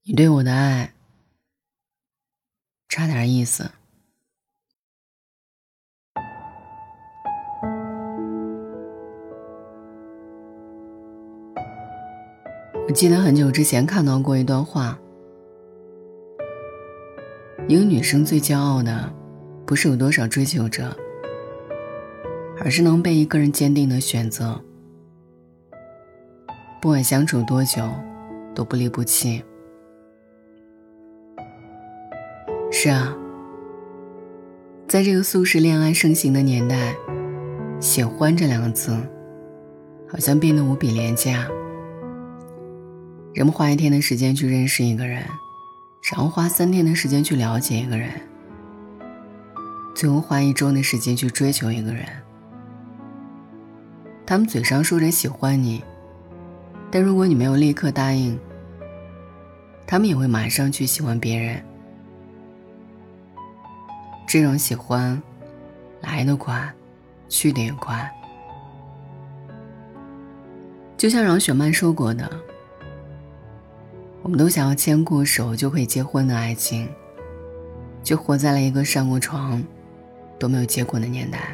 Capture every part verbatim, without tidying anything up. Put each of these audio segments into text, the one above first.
你对我的爱差点意思。我记得很久之前看到过一段话，一个女生最骄傲的不是有多少追求者，而是能被一个人坚定的选择，不管相处多久都不离不弃。是啊，在这个速食恋爱盛行的年代，喜欢这两个字好像变得无比廉价。人们花一天的时间去认识一个人，然后花三天的时间去了解一个人，最后花一周的时间去追求一个人。他们嘴上说着喜欢你，但如果你没有立刻答应，他们也会马上去喜欢别人。这种喜欢来得快，去得也快。就像饶雪漫说过的，我们都想要牵过手就可以结婚的爱情，就活在了一个上过床都没有结果的年代。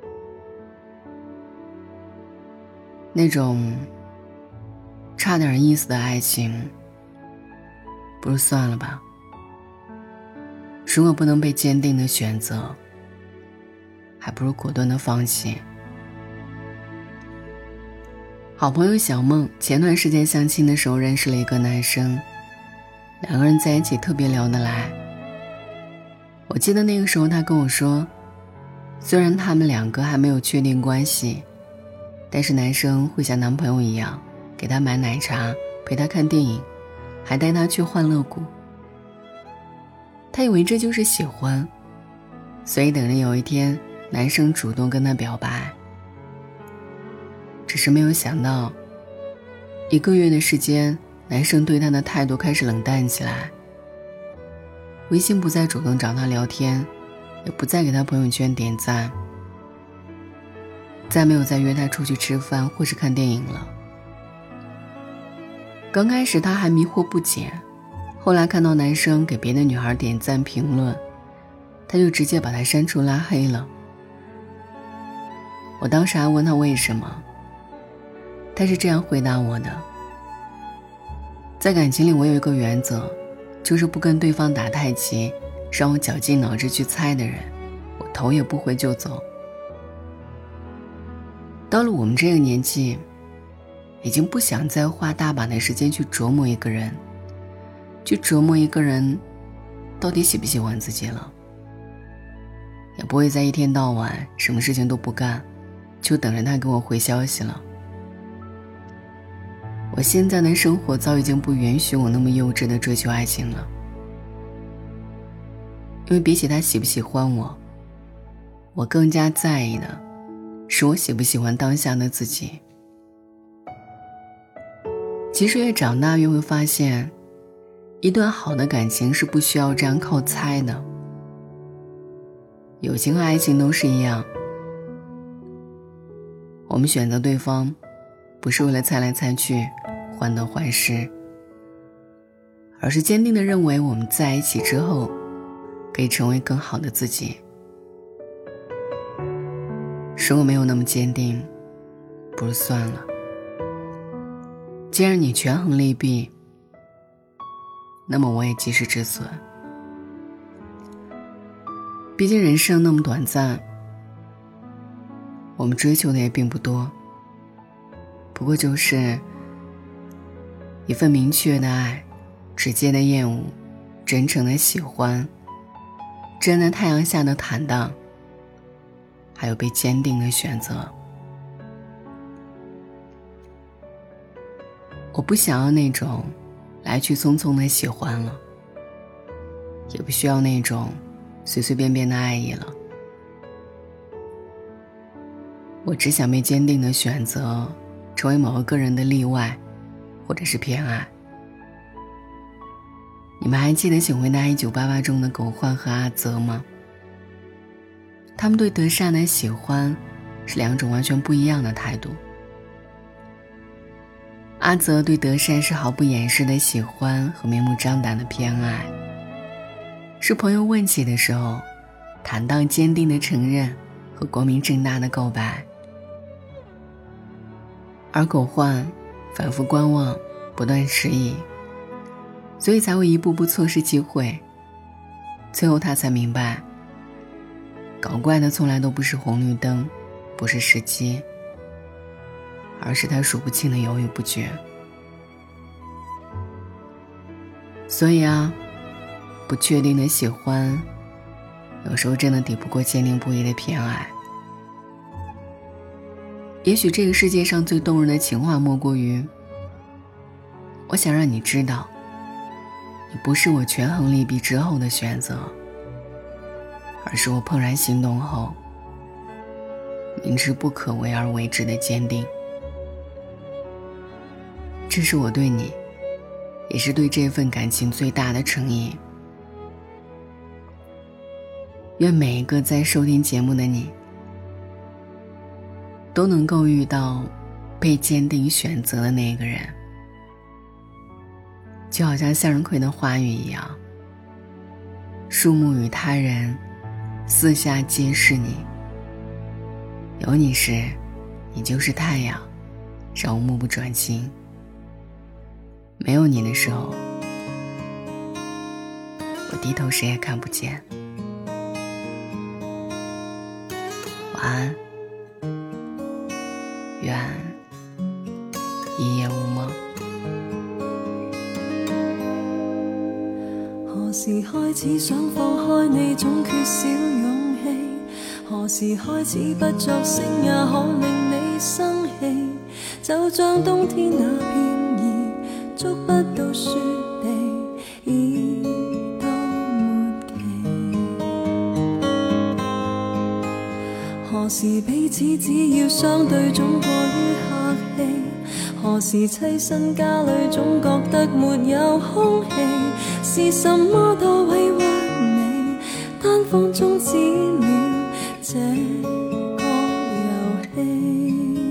那种差点意思的爱情，不如算了吧。如果不能被坚定的选择，还不如果断的放弃。好朋友小梦前段时间相亲的时候认识了一个男生，两个人在一起特别聊得来。我记得那个时候他跟我说，虽然他们两个还没有确定关系，但是男生会像男朋友一样给他买奶茶，陪他看电影，还带他去欢乐谷。他以为这就是喜欢，所以等着有一天男生主动跟他表白。只是没有想到，一个月的时间，男生对他的态度开始冷淡起来，微信不再主动找他聊天，也不再给他朋友圈点赞，再没有再约他出去吃饭或是看电影了。刚开始他还迷惑不解，后来看到男生给别的女孩点赞评论，他就直接把他删除拉黑了。我当时还问他为什么，他是这样回答我的：在感情里我有一个原则，就是不跟对方打太极，让我绞尽脑汁去猜的人，我头也不回就走。到了我们这个年纪，已经不想再花大把的时间去琢磨一个人，去琢磨一个人到底喜不喜欢自己了，也不会再一天到晚什么事情都不干，就等着他给我回消息了。我现在的生活早已经不允许我那么幼稚的追求爱情了，因为比起他喜不喜欢我，我更加在意的是我喜不喜欢当下的自己。其实越长大越会发现，一段好的感情是不需要这样靠猜的。友情和爱情都是一样，我们选择对方不是为了猜来猜去患得患失，而是坚定地认为我们在一起之后可以成为更好的自己。如果没有那么坚定，不如算了。既然你权衡利弊，那么我也及时止损。毕竟人生那么短暂，我们追求的也并不多，不过就是一份明确的爱，直接的厌恶，真诚的喜欢，站在太阳下的坦荡，还有被坚定的选择。我不想要那种来去匆匆的喜欢了，也不需要那种随随便便的爱意了。我只想被坚定的选择，成为某个人的例外，或者是偏爱。你们还记得《请回答一九八八》中的狗焕和阿泽吗？他们对德善的喜欢是两种完全不一样的态度。 阿泽对德善是毫不掩饰的喜欢和明目张胆的偏爱，是朋友问起的时候坦荡坚定的承认和光明正大的告白。而狗焕反复观望，不断迟疑，所以才会一步步错失机会。最后他才明白，搞怪的从来都不是红绿灯，不是时机，而是他数不清的犹豫不决。所以啊，不确定的喜欢有时候真的抵不过坚定不移的偏爱。也许这个世界上最动人的情话莫过于，我想让你知道，你不是我权衡利弊之后的选择，而是我怦然心动后明知不可为而为之的坚定。这是我对你，也是对这份感情最大的诚意。愿每一个在收听节目的你，都能够遇到被坚定选择的那个人，就好像向日葵的花语一样，树木与他人，四下皆是你。有你时，你就是太阳，让我目不转睛；没有你的时候，我低头谁也看不见。晚安，愿一夜无梦。 何時開始想放開你，總缺少勇氣？何時開始不作聲也可令你生氣？就像冬天那片葉，觸不到雪地，已到末期。何時彼此只要相對總過於客氣？何時棲身家裏總覺得沒有空氣？是什麼多委屈你，單方終止了這個遊戲？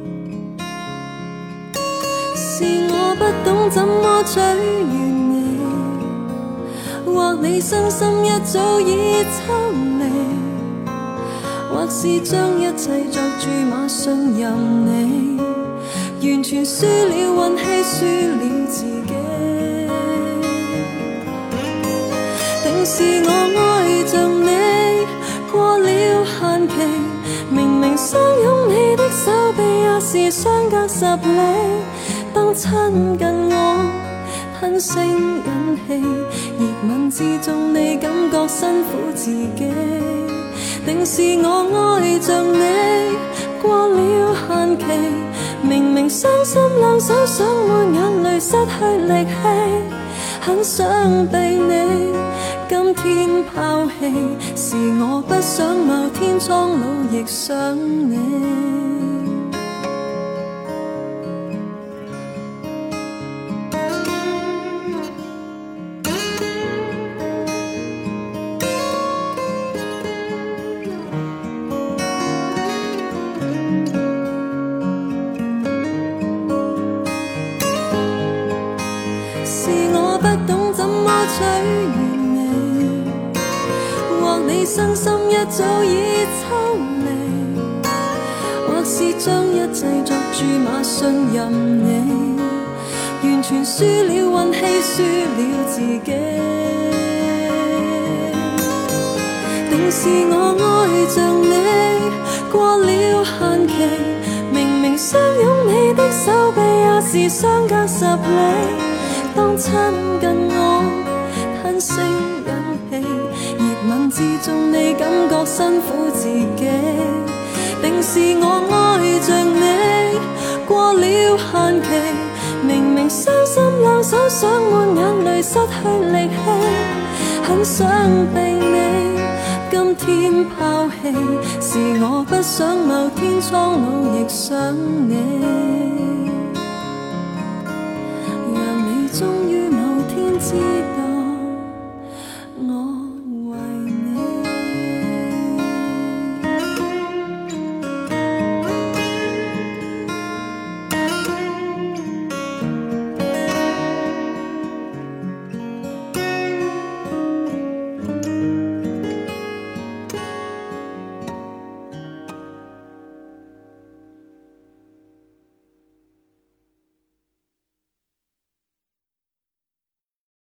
是我不懂怎麼取悦你，或你身心一早已抽離，或是將一切作注碼信任你，完全輸了運氣，輸了自己。定是我愛着你過了限期，明明相擁你的手臂也是相隔十里，當親近我吞聲忍氣，熱吻之中你感覺辛苦自己。定是我愛着你過了限期，明明傷心兩手想抹眼淚失去力氣，很想被你今天拋棄，是我不想某天蒼老亦想你。取悦你，或你身心一早已抽離，或是將一切作注碼信任你，完全輸了運氣，輸了自己。定是我愛着你過了限期，明明相擁你的手臂也是相隔十里，當親近我吞聲忍氣，熱吻之中你感覺辛苦自己。定是我愛着你過了限期，明明傷心兩手想抹眼淚失去力氣，很想被你今天拋棄，是我不想某天蒼老亦想你，讓你終於某天知道。